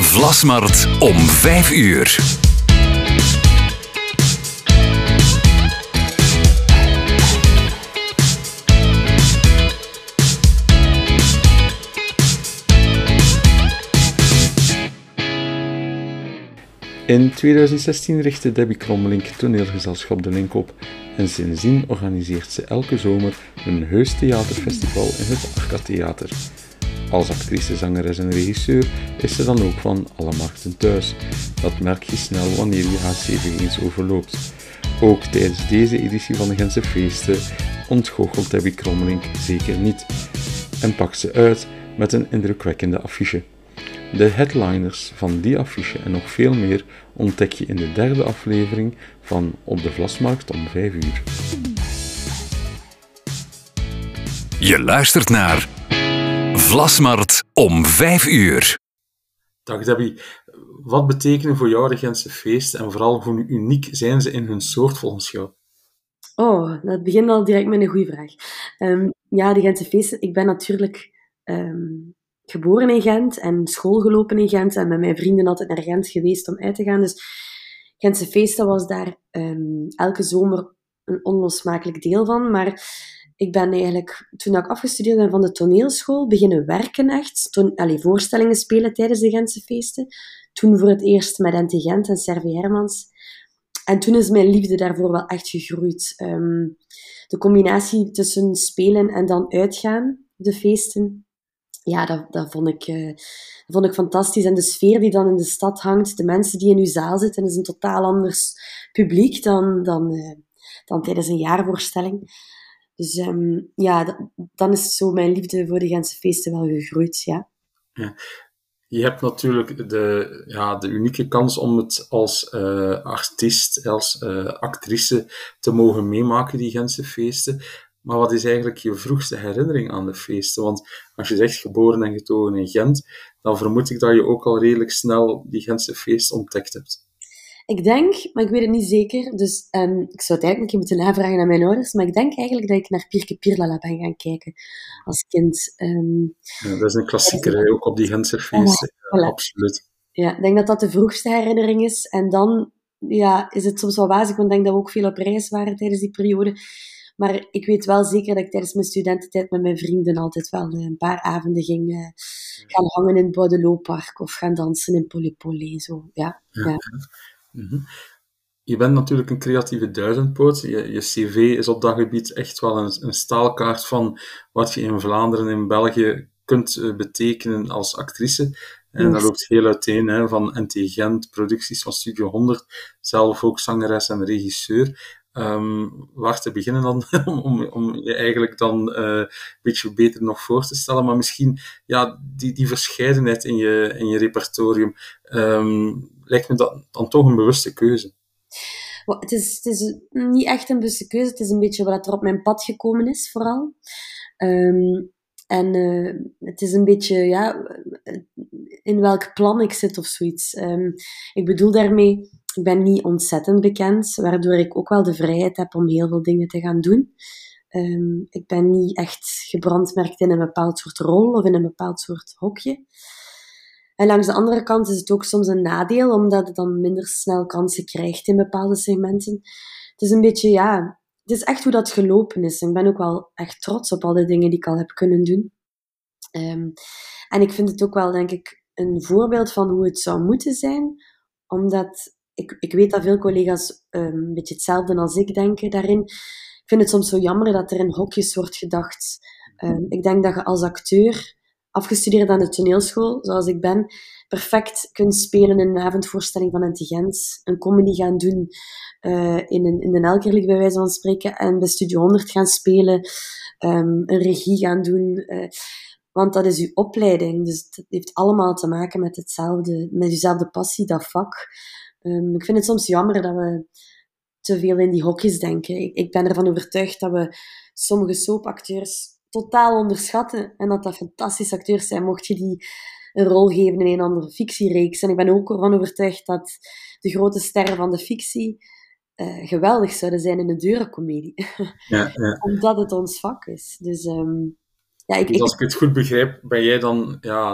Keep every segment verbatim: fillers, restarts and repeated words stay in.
Vlasmarkt om vijf uur. In tweeduizend zestien richtte Debbie Krommelink toneelgezelschap De Link op en sindsdien organiseert ze elke zomer een heus theaterfestival in het Arca Theater. Als actrice, zangeres en regisseur is ze dan ook van alle markten thuis. Dat merk je snel wanneer je haar cv eens overloopt. Ook tijdens deze editie van de Gentse Feesten ontgoochelt Debbie Krommelink zeker niet. En pakt ze uit met een indrukwekkende affiche. De headliners van die affiche en nog veel meer ontdek je in de derde aflevering van Op de Vlasmarkt om vijf uur. Je luistert naar Vlasmarkt om vijf uur. Dag Debbie, wat betekenen voor jou de Gentse Feesten en vooral hoe uniek zijn ze in hun soort volgens jou? Oh, dat begint al direct met een goede vraag. Um, ja, de Gentse Feesten, ik ben natuurlijk... Um, geboren in Gent en schoolgelopen in Gent en met mijn vrienden altijd naar Gent geweest om uit te gaan. Dus Gentse Feesten was daar um, elke zomer een onlosmakelijk deel van. Maar ik ben eigenlijk, toen ik afgestudeerd ben van de toneelschool, beginnen werken echt. Toen, allez, voorstellingen spelen tijdens de Gentse Feesten. Toen voor het eerst met N T Gent en Serve Hermans. En toen is mijn liefde daarvoor wel echt gegroeid. Um, de combinatie tussen spelen en dan uitgaan, de feesten... Ja, dat, dat, vond ik, uh, dat vond ik fantastisch. En de sfeer die dan in de stad hangt, de mensen die in uw zaal zitten, is een totaal anders publiek dan, dan, uh, dan tijdens een jaarvoorstelling. Dus um, ja, d- dan is zo mijn liefde voor de Gentse Feesten wel gegroeid, ja. Ja. Je hebt natuurlijk de, ja, de unieke kans om het als uh, artiest, als uh, actrice te mogen meemaken, die Gentse Feesten. Maar wat is eigenlijk je vroegste herinnering aan de feesten? Want als je zegt geboren en getogen in Gent, dan vermoed ik dat je ook al redelijk snel die Gentse feest ontdekt hebt. Ik denk, maar ik weet het niet zeker, dus um, ik zou het eigenlijk een keer moeten navragen aan mijn ouders, maar ik denk eigenlijk dat ik naar Pierke Pierlala ben gaan kijken als kind. Um, ja, dat is een klassieker, hè, ook op die Gentse feesten. Voilà, voilà. Ja, absoluut. Ja, ik denk dat dat de vroegste herinnering is. En dan ja, is het soms wel wazig, want ik denk dat we ook veel op reis waren tijdens die periode. Maar ik weet wel zeker dat ik tijdens mijn studententijd met mijn vrienden altijd wel een paar avonden ging uh, gaan hangen in het Boudelooppark of gaan dansen in Polypoly. Zo, ja. Ja. Ja. Mm-hmm. Je bent natuurlijk een creatieve duizendpoot. Je, je cv is op dat gebied echt wel een, een staalkaart van wat je in Vlaanderen en in België kunt uh, betekenen als actrice. En yes. Dat loopt heel uiteen, hè, van N T Gent, producties van Studio honderd, zelf ook zangeres en regisseur. Um, waar te beginnen dan, om, om je eigenlijk dan uh, een beetje beter nog voor te stellen, maar misschien ja, die, die verscheidenheid in je, in je repertorium, um, lijkt me dat dan toch een bewuste keuze. Well, het, is, het is niet echt een bewuste keuze, het is een beetje wat er op mijn pad gekomen is, vooral. Um, en uh, het is een beetje, ja, in welk plan ik zit of zoiets. Um, ik bedoel daarmee... Ik ben niet ontzettend bekend, waardoor ik ook wel de vrijheid heb om heel veel dingen te gaan doen. Um, ik ben niet echt gebrandmerkt in een bepaald soort rol of in een bepaald soort hokje. En langs de andere kant is het ook soms een nadeel, omdat je dan minder snel kansen krijgt in bepaalde segmenten. Het is een beetje, ja... Het is echt hoe dat gelopen is. En ik ben ook wel echt trots op al de dingen die ik al heb kunnen doen. Um, en ik vind het ook wel, denk ik, een voorbeeld van hoe het zou moeten zijn, omdat... Ik, ik weet dat veel collega's um, een beetje hetzelfde als ik denken daarin. Ik vind het soms zo jammer dat er in hokjes wordt gedacht. Um, ik denk dat je als acteur, afgestudeerd aan de toneelschool, zoals ik ben, perfect kunt spelen in een avondvoorstelling van N T Gent, een comedy gaan doen uh, in, een, in een Elkerlijk, bij wijze van spreken, en bij Studio honderd gaan spelen, um, een regie gaan doen... Uh, Want dat is uw opleiding, dus het heeft allemaal te maken met hetzelfde, met dezelfde passie, dat vak. Um, ik vind het soms jammer dat we te veel in die hokjes denken. Ik, ik ben ervan overtuigd dat we sommige soapacteurs totaal onderschatten en dat dat fantastische acteurs zijn, mocht je die een rol geven in een andere fictiereeks. En ik ben ook ervan overtuigd dat de grote sterren van de fictie uh, geweldig zouden zijn in een deurencomedie. Ja, ja. Omdat het ons vak is. Dus... Um, Ja, ik, dus als ik... ik het goed begrijp, ben jij dan ja,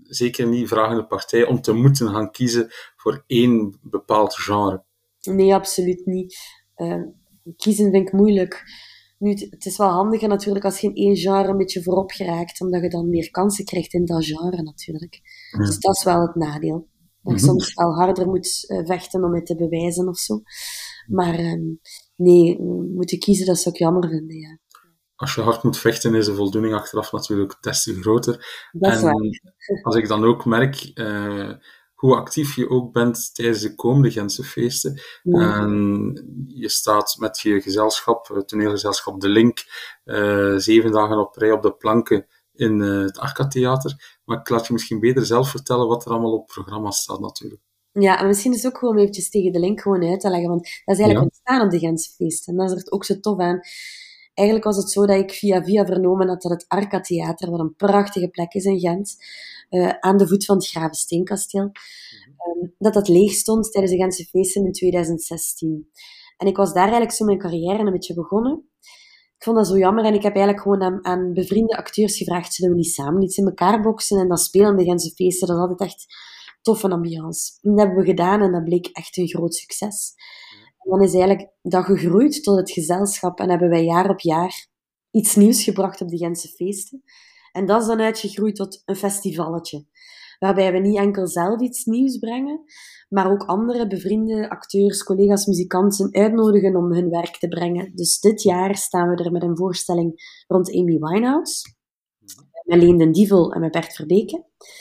zeker niet vragende partij om te moeten gaan kiezen voor één bepaald genre. Nee, absoluut niet. Uh, kiezen vind ik moeilijk. Nu, het, het is wel handiger natuurlijk als je in één genre een beetje voorop geraakt, omdat je dan meer kansen krijgt in dat genre natuurlijk. Ja. Dus dat is wel het nadeel. Dat je mm-hmm. soms wel harder moet uh, vechten om het te bewijzen of zo. Maar um, nee, moeten kiezen, dat zou ik jammer vinden, ja. Als je hard moet vechten, is de voldoening achteraf natuurlijk des te groter. Dat is en waar. Als ik dan ook merk uh, hoe actief je ook bent tijdens de komende Gentse feesten. Ja. En je staat met je gezelschap, toneelgezelschap De Link, uh, zeven dagen op rij op de planken in uh, het Arca-theater. Maar ik laat je misschien beter zelf vertellen wat er allemaal op het programma staat natuurlijk. Ja, en misschien is het ook gewoon eventjes tegen De Link gewoon uit te leggen, want dat is eigenlijk ja. ontstaan op de Gentse feesten. En dat is er ook zo tof aan. Eigenlijk was het zo dat ik via via vernomen had dat het Arca-theater, wat een prachtige plek is in Gent, uh, aan de voet van het Gravesteenkasteel, um, dat dat leeg stond tijdens de Gentse feesten in twintig zestien. En ik was daar eigenlijk zo mijn carrière een beetje begonnen. Ik vond dat zo jammer en ik heb eigenlijk gewoon aan, aan bevriende acteurs gevraagd, zullen we niet samen iets in elkaar boksen en dan spelen de Gentse feesten. Dat is altijd echt toffe ambiance. En dat hebben we gedaan en dat bleek echt een groot succes. En dan is eigenlijk dat gegroeid tot het gezelschap en hebben wij jaar op jaar iets nieuws gebracht op de Gentse feesten. En dat is dan uitgegroeid tot een festivalletje. Waarbij we niet enkel zelf iets nieuws brengen, maar ook andere bevriende acteurs, collega's, muzikanten uitnodigen om hun werk te brengen. Dus dit jaar staan we er met een voorstelling rond Amy Winehouse, met Leen den Dievel en met Bert Verbeke.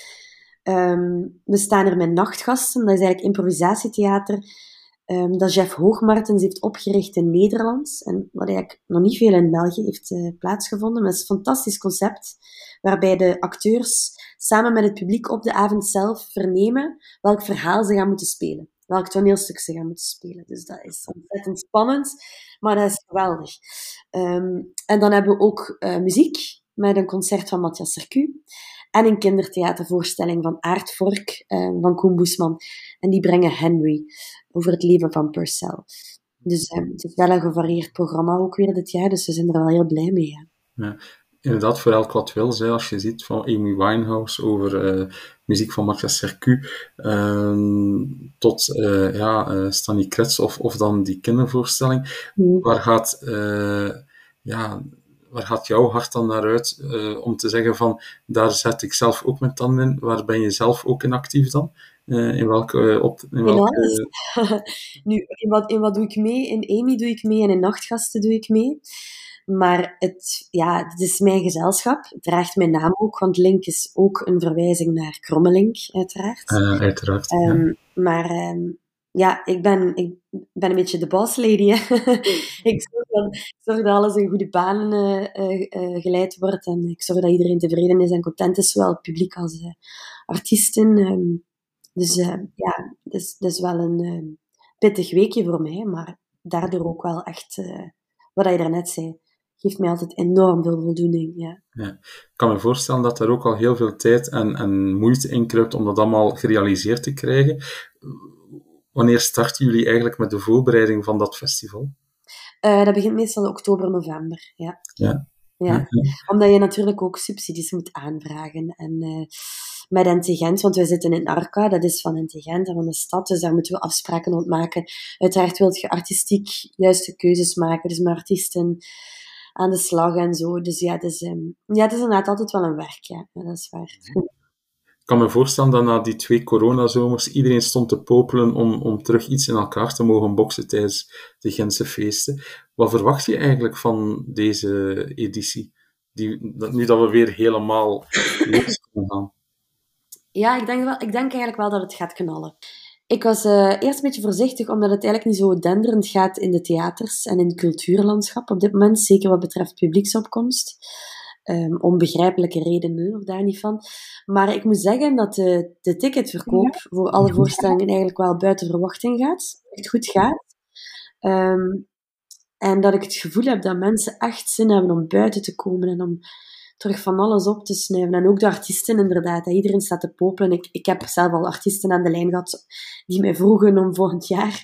Um, we staan er met Nachtgasten, dat is eigenlijk improvisatietheater, um, dat Jeff Hoogmartens heeft opgericht in Nederland, en wat eigenlijk nog niet veel in België heeft uh, plaatsgevonden. Maar het is een fantastisch concept, waarbij de acteurs samen met het publiek op de avond zelf vernemen welk verhaal ze gaan moeten spelen. Welk toneelstuk ze gaan moeten spelen. Dus dat is ontzettend spannend, maar dat is geweldig. Um, en dan hebben we ook uh, muziek, met een concert van Matthias Sercu. En een kindertheatervoorstelling van Aart Vork, uh, van Koen Boesman. En die brengen Henry, over het leven van Purcell. Dus um, het is wel een gevarieerd programma ook weer dit jaar, dus we zijn er wel heel blij mee. Ja. Ja. Inderdaad, voor elk wat wil, hè, als je ziet van Amy Winehouse over uh, muziek van Matthias Sercu uh, tot uh, ja, uh, Stanley Kretz of, of dan die kindervoorstelling. Mm. Waar gaat, uh, ja, waar gaat jouw hart dan naar uit uh, om te zeggen van daar zet ik zelf ook mijn tanden in? Waar ben je zelf ook in actief dan? Uh, in welke... Uh, op, in welke uh... nu, in wat, in wat doe ik mee? In Amy doe ik mee en in Nachtgasten doe ik mee. Maar het, ja, het is mijn gezelschap. Het draagt mijn naam ook, want Link is ook een verwijzing naar Krommelink, uiteraard. Uh, uiteraard, um, ja. Maar um, ja, ik ben, ik ben een beetje de boss lady. ik, zorg dat, ik zorg dat alles in goede banen uh, uh, uh, geleid wordt en ik zorg dat iedereen tevreden is en content is, zowel het publiek als uh, artiesten. Um, dus uh, ja, het is, het is wel een uh, pittig weekje voor mij, maar daardoor ook wel echt, uh, wat je daarnet zei, geeft mij altijd enorm veel voldoening. Ja. Ja. Ik kan me voorstellen dat er ook al heel veel tijd en, en moeite in kruipt om dat allemaal gerealiseerd te krijgen. Wanneer starten jullie eigenlijk met de voorbereiding van dat festival? Uh, dat begint meestal in oktober, november. Ja. Ja. Ja. Ja. Omdat je natuurlijk ook subsidies moet aanvragen. En uh, met N T Gent, want we zitten in Arca, dat is van N T Gent en van de stad, dus daar moeten we afspraken rond maken. Uiteraard wil je artistiek juiste keuzes maken, dus met artiesten aan de slag en zo. Dus ja, het is, um, ja, het is inderdaad altijd wel een werk, ja. Ja, dat is waar. Ik kan me voorstellen dat na die twee coronazomers iedereen stond te popelen om, om terug iets in elkaar te mogen boksen tijdens de Gentse feesten. Wat verwacht je eigenlijk van deze editie? Die, dat, nu dat we weer helemaal los kunnen gaan. Ja, ik denk, wel, ik denk eigenlijk wel dat het gaat knallen. Ik was uh, eerst een beetje voorzichtig, omdat het eigenlijk niet zo denderend gaat in de theaters en in het cultuurlandschap op dit moment, zeker wat betreft publieksopkomst. Um, om begrijpelijke redenen, of daar niet van. Maar ik moet zeggen dat de, de ticketverkoop ja. voor alle voorstellingen eigenlijk wel buiten verwachting gaat. Echt goed gaat. Um, en dat ik het gevoel heb dat mensen echt zin hebben om buiten te komen en om terug van alles op te snuiven. En ook de artiesten inderdaad. Hè. Iedereen staat te popelen. Ik, ik heb zelf al artiesten aan de lijn gehad die mij vroegen om volgend jaar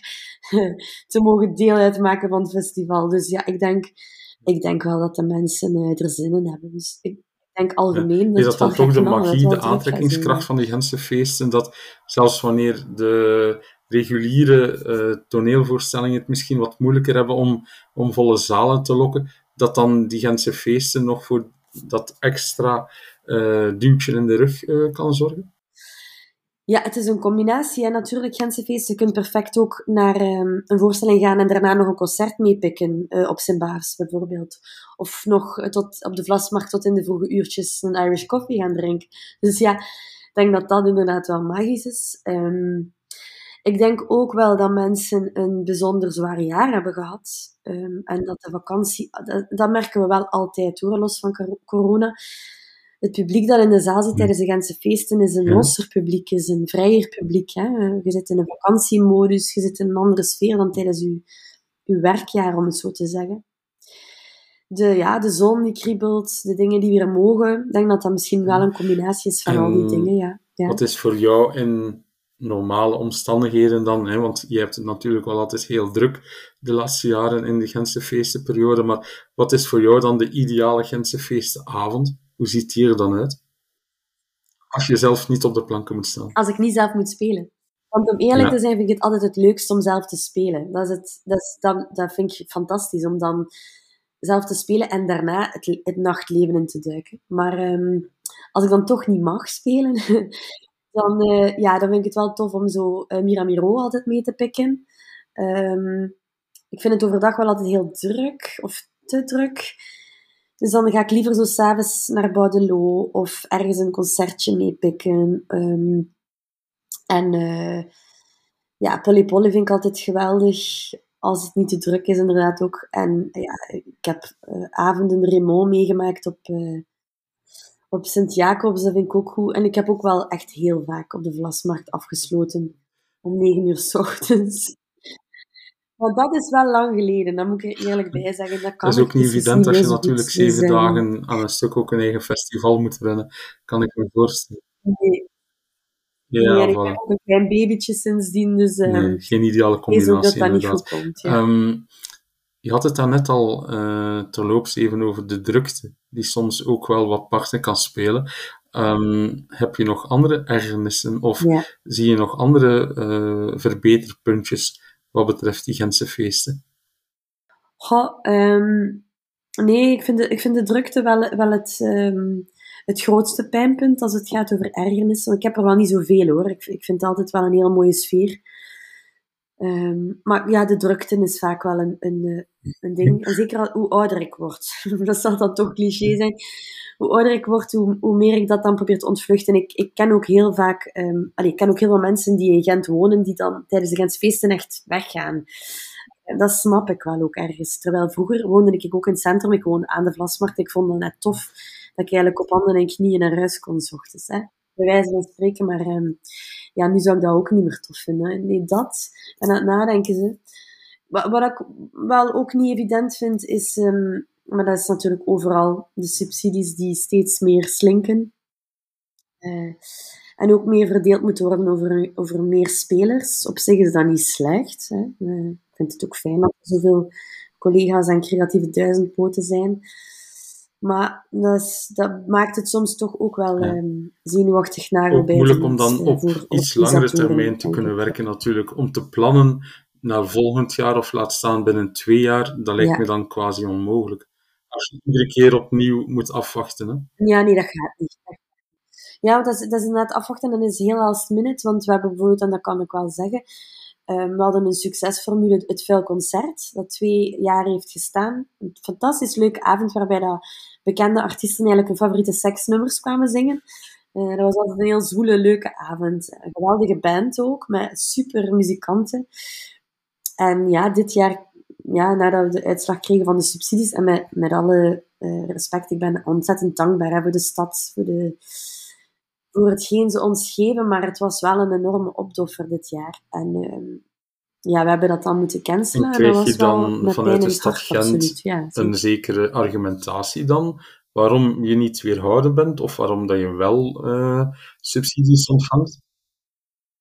te mogen deel uitmaken van het festival. Dus ja, ik denk... Ik denk wel dat de mensen uh, er zin in hebben. Dus ik, Ik denk algemeen... Ja. Is dat dan toch de magie, de aantrekkingskracht van die Gentse feesten, dat zelfs wanneer de reguliere uh, toneelvoorstellingen het misschien wat moeilijker hebben om, om volle zalen te lokken, dat dan die Gentse feesten nog voor dat extra uh, duwtje in de rug uh, kan zorgen? Ja, het is een combinatie. Hè. Natuurlijk, Gentse feesten. Je kunt perfect ook naar um, een voorstelling gaan en daarna nog een concert meepikken. Uh, op Sint-Baafs bijvoorbeeld. Of nog tot, op de Vlasmarkt tot in de vroege uurtjes een Irish coffee gaan drinken. Dus ja, ik denk dat dat inderdaad wel magisch is. Um, ik denk ook wel dat mensen een bijzonder zwaar jaar hebben gehad. Um, en dat de vakantie... Dat, dat merken we wel altijd hoor, los van corona. Het publiek dat in de zaal zit tijdens de Gentse feesten is een losser publiek, is een vrijer publiek. Hè. Je zit in een vakantiemodus, je zit in een andere sfeer dan tijdens je, je werkjaar, om het zo te zeggen. De, ja, de zon die kriebelt, de dingen die weer mogen. Ik denk dat dat misschien wel een combinatie is van en al die dingen. Ja. Ja. Wat is voor jou in normale omstandigheden dan? Hè? Want je hebt het natuurlijk wel altijd heel druk de laatste jaren in de Gentse feestenperiode, maar wat is voor jou dan de ideale Gentse feestenavond? Hoe ziet die er dan uit? Als je zelf niet op de planken moet staan. Als ik niet zelf moet spelen. Want om eerlijk ja. te zijn, vind ik het altijd het leukst om zelf te spelen. Dat, is het, dat, is, dat, dat vind ik fantastisch, om dan zelf te spelen en daarna het, het nachtleven in te duiken. Maar um, als ik dan toch niet mag spelen, dan, uh, ja, dan vind ik het wel tof om zo uh, Miramiro altijd mee te pikken. Um, ik vind het overdag wel altijd heel druk, of te druk. Dus dan ga ik liever zo s'avonds naar Boudelot of ergens een concertje meepikken. Um, en uh, ja, Polly Polly vind ik altijd geweldig. Als het niet te druk is, inderdaad ook. En ja, ik heb uh, avonden Raymond meegemaakt op, uh, op Sint-Jacobs. Dat vind ik ook goed. En ik heb ook wel echt heel vaak op de Vlasmarkt afgesloten. Om negen uur 's ochtends. Maar dat is wel lang geleden, dat moet ik er eerlijk bij zeggen. Dat, kan dat is ook niet evident als je natuurlijk goed. zeven dus, dagen aan een stuk ook een eigen festival moet runnen. Kan ik me voorstellen. Nee. Ja, nee, ik voilà. heb ook een klein babytje sindsdien, dus um, nee, geen ideale combinatie, dat dat inderdaad. niet goed komt, ja. um, je had het daarnet al uh, terloops even over de drukte, die soms ook wel wat parten kan spelen. Um, heb je nog andere ergernissen of ja. zie je nog andere uh, verbeterpuntjes wat betreft die Gentse feesten? Goh, um, nee, ik vind, de, ik vind de drukte wel, wel het, um, het grootste pijnpunt als het gaat over ergernissen. Ik heb er wel niet zoveel hoor. Ik, ik vind het altijd wel een hele mooie sfeer. Um, maar ja, de drukte is vaak wel een, een, een ding. En zeker al, hoe ouder ik word. Dat zal dan toch cliché zijn. Hoe ouder ik word, hoe, hoe meer ik dat dan probeer te ontvluchten. Ik, ik ken ook heel vaak... Um, allee, ik ken ook heel veel mensen die in Gent wonen, die dan tijdens de Gentse feesten echt weggaan. Dat snap ik wel ook ergens. Terwijl vroeger woonde ik ook in het centrum. Ik woonde aan de Vlasmarkt. Ik vond het net tof dat ik eigenlijk op handen en knieën naar huis kon 's ochtends. Hè. Bij wijze van spreken. Maar um, ja, nu zou ik dat ook niet meer tof vinden. Nee, dat. En aan het nadenken ze. Wat, wat ik wel ook niet evident vind, is... Um, maar dat is natuurlijk overal. De subsidies die steeds meer slinken. Uh, en ook meer verdeeld moeten worden over, over meer spelers. Op zich is dat niet slecht. Hè. Uh, ik vind het ook fijn dat er zoveel collega's en creatieve duizendpoten zijn. Maar dat, is, dat maakt het soms toch ook wel ja. um, zenuwachtig naar ook moeilijk om dan op voor, iets langere termijn te kunnen werken natuurlijk. Om te plannen naar volgend jaar of laat staan binnen twee jaar, dat lijkt ja. me dan quasi onmogelijk. Als je iedere keer opnieuw moet afwachten. Hè? Ja, nee, dat gaat niet. Ja, dat is, dat is inderdaad afwachten en dat is heel last minute, want we hebben bijvoorbeeld, en dat kan ik wel zeggen, um, we hadden een succesformule, het Vuil Concert, dat twee jaar heeft gestaan. Een fantastisch leuke avond waarbij dat bekende artiesten eigenlijk hun favoriete seksnummers kwamen zingen. Uh, dat was altijd een heel zwoele, leuke avond. Een geweldige band ook, met super muzikanten. En ja, dit jaar, ja, nadat we de uitslag kregen van de subsidies, en met, met alle uh, respect, ik ben ontzettend dankbaar hè, voor de stad, voor de... voor hetgeen ze ons geven, maar het was wel een enorme opdoffer dit jaar. En uh, ja, we hebben dat dan moeten cancelen. En krijg en je dan vanuit de stad Gent ja, een zekere argumentatie dan, waarom je niet weerhouden bent, of waarom dat je wel uh, subsidies ontvangt?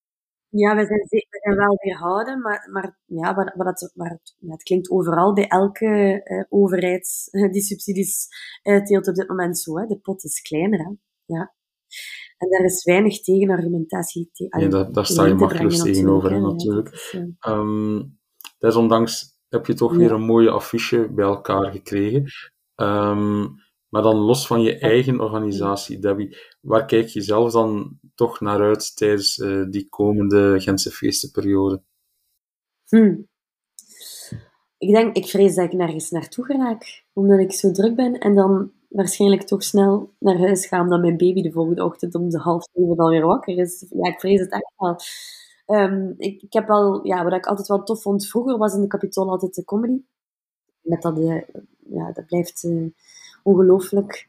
Ja, we zijn, ze- we zijn wel weerhouden, maar, maar ja, wat, wat het, waar het, ja, het klinkt overal bij elke eh, overheid eh, die subsidies uitdeelt op dit moment zo. Hè. De pot is kleiner. Hè. Ja. En daar is weinig tegenargumentatie te, Nee, allee, daar, daar sta je tegen te brengen machteloos natuurlijk. tegenover, Hè. hè, Ja, dat natuurlijk. is, eh, Ehm, desondanks heb je toch weer ja. een mooie affiche bij elkaar gekregen. Ehm, maar dan los van je eigen organisatie, Debbie, waar kijk je zelf dan toch naar uit tijdens eh, die komende Gentse feestenperiode? Hm. Ik denk, ik vrees dat ik nergens naartoe geraak, omdat ik zo druk ben en dan waarschijnlijk toch snel naar huis ga, omdat mijn baby de volgende ochtend om de half zeven alweer wakker is. Ja, ik vrees het echt wel. Ehm, ik, ik heb wel, ja, wat ik altijd wel tof vond vroeger, was in de Capitool altijd de comedy. Met dat, eh, ja, dat blijft eh, ongelooflijk.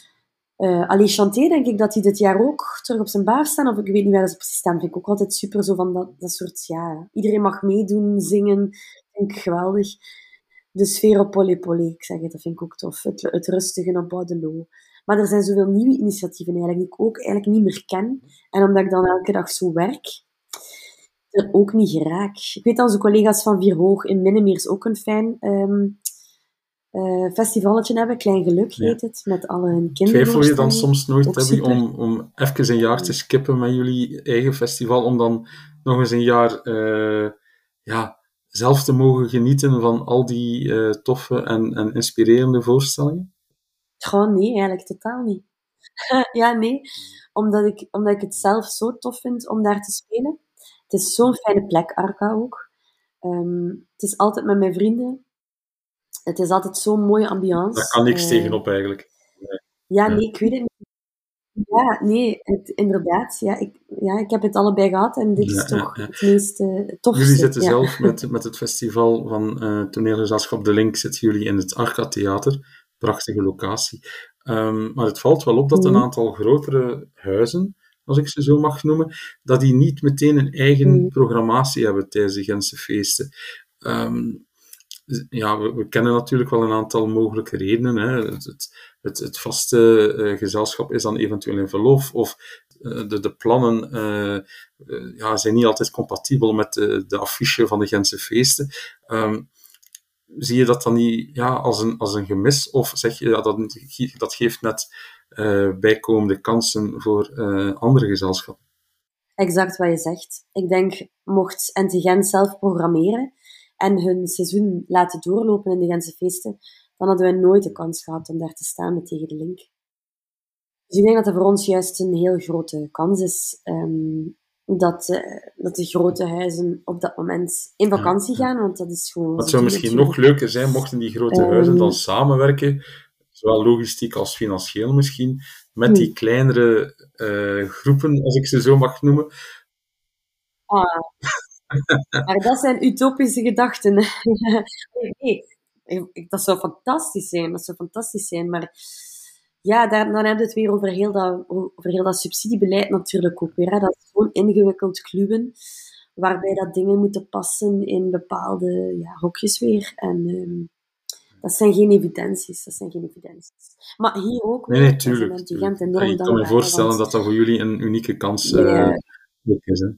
Uh, Ali Chanté, denk ik dat hij dit jaar ook terug op zijn baar staan. Of ik weet niet waar ze precies staan. Vind ik ook altijd super. Zo van dat, dat soort, ja... Iedereen mag meedoen, zingen. Vind ik geweldig. De sfeer op Polé Polé, ik zeg het, dat vind ik ook tof. Het, het rustige op Boudelot. Maar er zijn zoveel nieuwe initiatieven eigenlijk, die ik ook eigenlijk niet meer ken. En omdat ik dan elke dag zo werk, er ook niet geraak. Ik weet dat onze collega's van Vierhoog in Minnemeers ook een fijn... Um, uh, festivalletje hebben. Klein Geluk heet Ja. het, met alle hun Twijfel je dan kindervoorstellingen. soms nooit, Ook Debbie, super. om, om even een jaar te skippen met jullie eigen festival, om dan nog eens een jaar uh, ja, zelf te mogen genieten van al die uh, toffe en, en inspirerende voorstellingen? Goh, nee, eigenlijk totaal niet. Ja, nee. Omdat ik, omdat ik het zelf zo tof vind om daar te spelen. Het is zo'n fijne plek, Arca ook. Um, het is altijd met mijn vrienden. Het is altijd zo'n mooie ambiance. Daar kan niks uh, tegenop, eigenlijk. Nee. Ja, nee, ik weet het niet. Ja, nee, het, inderdaad. Ja ik, ja, ik heb het allebei gehad en dit ja, is toch ja, ja. het meest uh, tofste. Jullie zitten ja. zelf met, met het festival van uh, toneelgezelschap De Link, zitten jullie in het Arca Theater. Prachtige locatie. Um, maar het valt wel op dat een aantal grotere huizen, als ik ze zo mag noemen, dat die niet meteen een eigen mm. programmatie hebben tijdens de Gentse feesten. Um, ja, we, we kennen natuurlijk wel een aantal mogelijke redenen. Hè. Het, het, het, het vaste uh, gezelschap is dan eventueel in verlof, of uh, de, de plannen uh, uh, ja, zijn niet altijd compatibel met de, de affiche van de Gentse feesten. Um, zie je dat dan niet ja, als, een, als een gemis, of zeg je ja, dat, dat geeft net uh, bijkomende kansen voor uh, andere gezelschappen? Exact wat je zegt. Ik denk, mocht N T Gent zelf programmeren en hun seizoen laten doorlopen in de Gentse feesten, dan hadden wij nooit de kans gehad om daar te staan met Tegen de Link. Dus ik denk dat dat voor ons juist een heel grote kans is, um, dat, uh, dat de grote huizen op dat moment in vakantie gaan, want dat is gewoon... Het zou misschien nog leuker zijn, mochten die grote um, huizen dan samenwerken, zowel logistiek als financieel misschien, met hmm. die kleinere uh, groepen, als ik ze zo mag noemen. Ah. Maar dat zijn utopische gedachten. Nee, dat zou fantastisch zijn. Dat zou fantastisch zijn. Maar ja, daar, dan heb je het weer over heel dat, over heel dat subsidiebeleid natuurlijk ook weer. Hè. Dat is zo'n ingewikkeld kluwen, waarbij dat dingen moeten passen in bepaalde ja, hokjes weer. En um, dat zijn geen evidenties. Dat zijn geen evidenties. Maar hier ook weer. Nee, nee, tuurlijk. tuurlijk. Enorm ja, ik kan me voorstellen want, dat dat voor jullie een unieke kans uh, ja. is. Hè?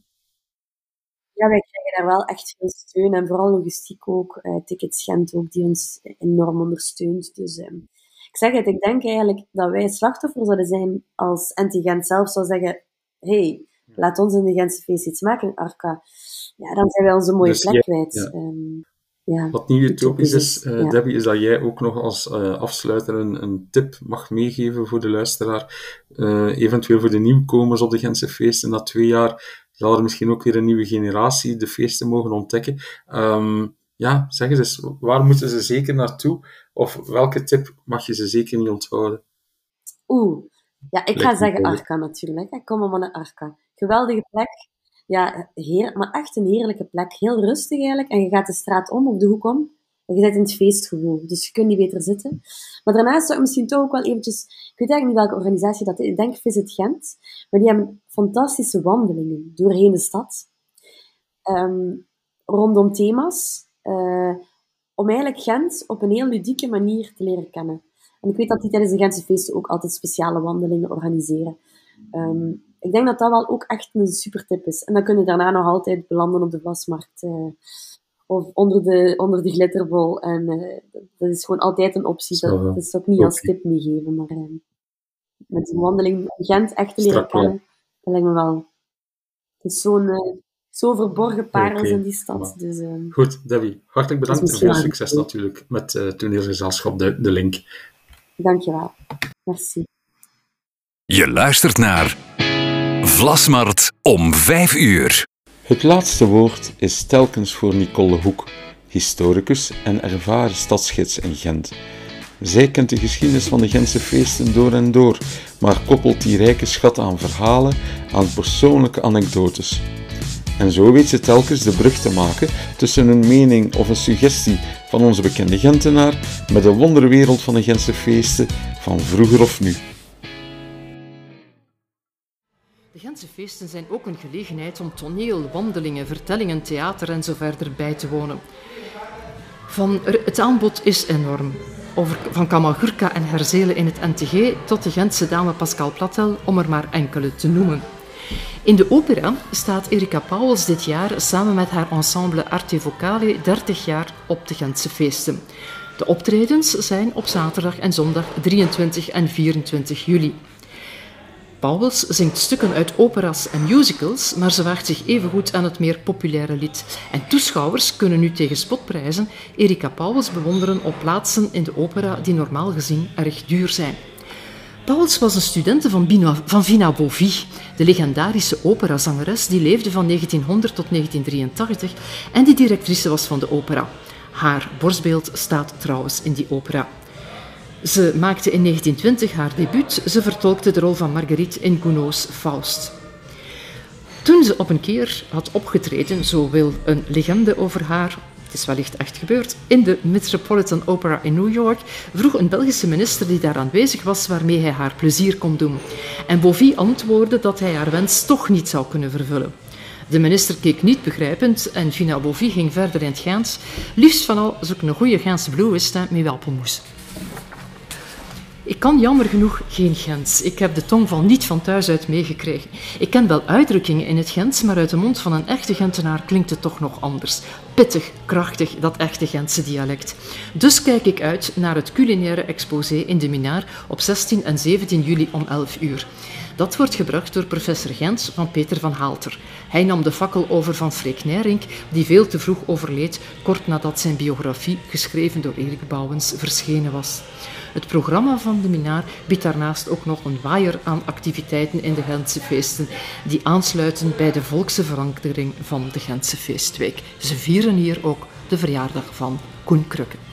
Ja, wij krijgen daar wel echt veel steun en vooral logistiek ook. Uh, Tickets Gent ook, die ons enorm ondersteunt. Dus um, ik zeg het, ik denk eigenlijk dat wij slachtoffer zouden zijn als N T Gent zelf zou zeggen hey, laat ons in de Gentse feest iets maken, Arca. Ja, dan zijn wij onze mooie dus, plek ja, kwijt. Ja. Um, ja, Wat niet utopisch is, uh, ja. Debbie, is dat jij ook nog als uh, afsluiter een, een tip mag meegeven voor de luisteraar, uh, eventueel voor de nieuwkomers op de Gentse feesten. Na twee jaar zal er misschien ook weer een nieuwe generatie de feesten mogen ontdekken. Um, ja, zeg eens, waar moeten ze zeker naartoe? Of welke tip mag je ze zeker niet onthouden? Oeh, ja, ik ga zeggen Arca natuurlijk. Hè. Kom maar naar Arca. Geweldige plek. Ja, heer, maar echt een heerlijke plek. Heel rustig eigenlijk. En je gaat de straat om, of de hoek om. En je zit in het feestgevoel. Dus je kunt niet beter zitten. Maar daarnaast zou ik misschien toch ook wel eventjes... Ik weet eigenlijk niet welke organisatie dat is. Ik denk Visit Gent. Maar die hebben fantastische wandelingen doorheen de stad. Um, rondom thema's. Uh, om eigenlijk Gent op een heel ludieke manier te leren kennen. En ik weet dat die tijdens de Gentse feesten ook altijd speciale wandelingen organiseren. Um, ik denk dat dat wel ook echt een super tip is. En dan kun je daarna nog altijd belanden op de Vlasmarkt. Uh, of onder de, onder de glitterbol. En uh, dat is gewoon altijd een optie. Dat, dat is ook niet als tip meegeven. Maar uh, met een wandeling in Gent echt te leren kennen, dat lijkt me wel... Het is zo'n... Uh, Zo verborgen parels okay. in die stad. Ja. Dus, uh, Goed, Debbie. Hartelijk bedankt en veel succes natuurlijk met uh, toneelgezelschap De, de Link. Dankjewel. Merci. Je luistert naar Vlasmart om vijf uur. Het laatste woord is telkens voor Nicole de Hoek, historicus en ervaren stadsgids in Gent. Zij kent de geschiedenis van de Gentse feesten door en door, maar koppelt die rijke schat aan verhalen, aan persoonlijke anekdotes. En zo weet ze telkens de brug te maken tussen een mening of een suggestie van onze bekende Gentenaar met de wonderwereld van de Gentse feesten van vroeger of nu. De Gentse feesten zijn ook een gelegenheid om toneel, wandelingen, vertellingen, theater en zo verder bij te wonen. Van er, het aanbod is enorm. Over, van Kamagurka en Herzelen in het N T G tot de Gentse dame Pascal Platel, om er maar enkele te noemen. In de opera staat Erika Pauwels dit jaar samen met haar ensemble Arte Vocale dertig jaar op de Gentse feesten. De optredens zijn op zaterdag en zondag drieëntwintig en vierentwintig juli. Pauwels zingt stukken uit operas en musicals, maar ze waagt zich evengoed aan het meer populaire lied. En toeschouwers kunnen nu tegen spotprijzen Erika Pauwels bewonderen op plaatsen in de opera die normaal gezien erg duur zijn. Pauwels was een studente van, Bino, van Vina Bovy, de legendarische operazangeres die leefde van negentienhonderd tot negentien drieëntachtig en die directrice was van de opera. Haar borstbeeld staat trouwens in die opera. Ze maakte in negentien twintig haar debuut. Ze vertolkte de rol van Marguerite in Gounod's Faust. Toen ze op een keer had opgetreden, zo wil een legende over haar, het is wellicht echt gebeurd, in de Metropolitan Opera in New York, vroeg een Belgische minister die daar aanwezig was waarmee hij haar plezier kon doen. En Bovy antwoordde dat hij haar wens toch niet zou kunnen vervullen. De minister keek niet begrijpend en Vina Bovy ging verder in het Gaans. Liefst van al zoek een goede Gaanse blues met welpenmoes. Ik kan jammer genoeg geen Gents. Ik heb de tongval niet van thuis uit meegekregen. Ik ken wel uitdrukkingen in het Gents, maar uit de mond van een echte Gentenaar klinkt het toch nog anders. Pittig, krachtig, dat echte Gentse dialect. Dus kijk ik uit naar het culinaire exposé in de Minaar op zestien en zeventien juli om elf uur. Dat wordt gebracht door professor Gens van Peter van Haalter. Hij nam de fakkel over van Freek Nijrink, die veel te vroeg overleed, kort nadat zijn biografie, geschreven door Erik Bouwens, verschenen was. Het programma van de Minaar biedt daarnaast ook nog een waaier aan activiteiten in de Gentse feesten, die aansluiten bij de volkse verankering van de Gentse feestweek. Ze vieren hier ook de verjaardag van Koen Krukke.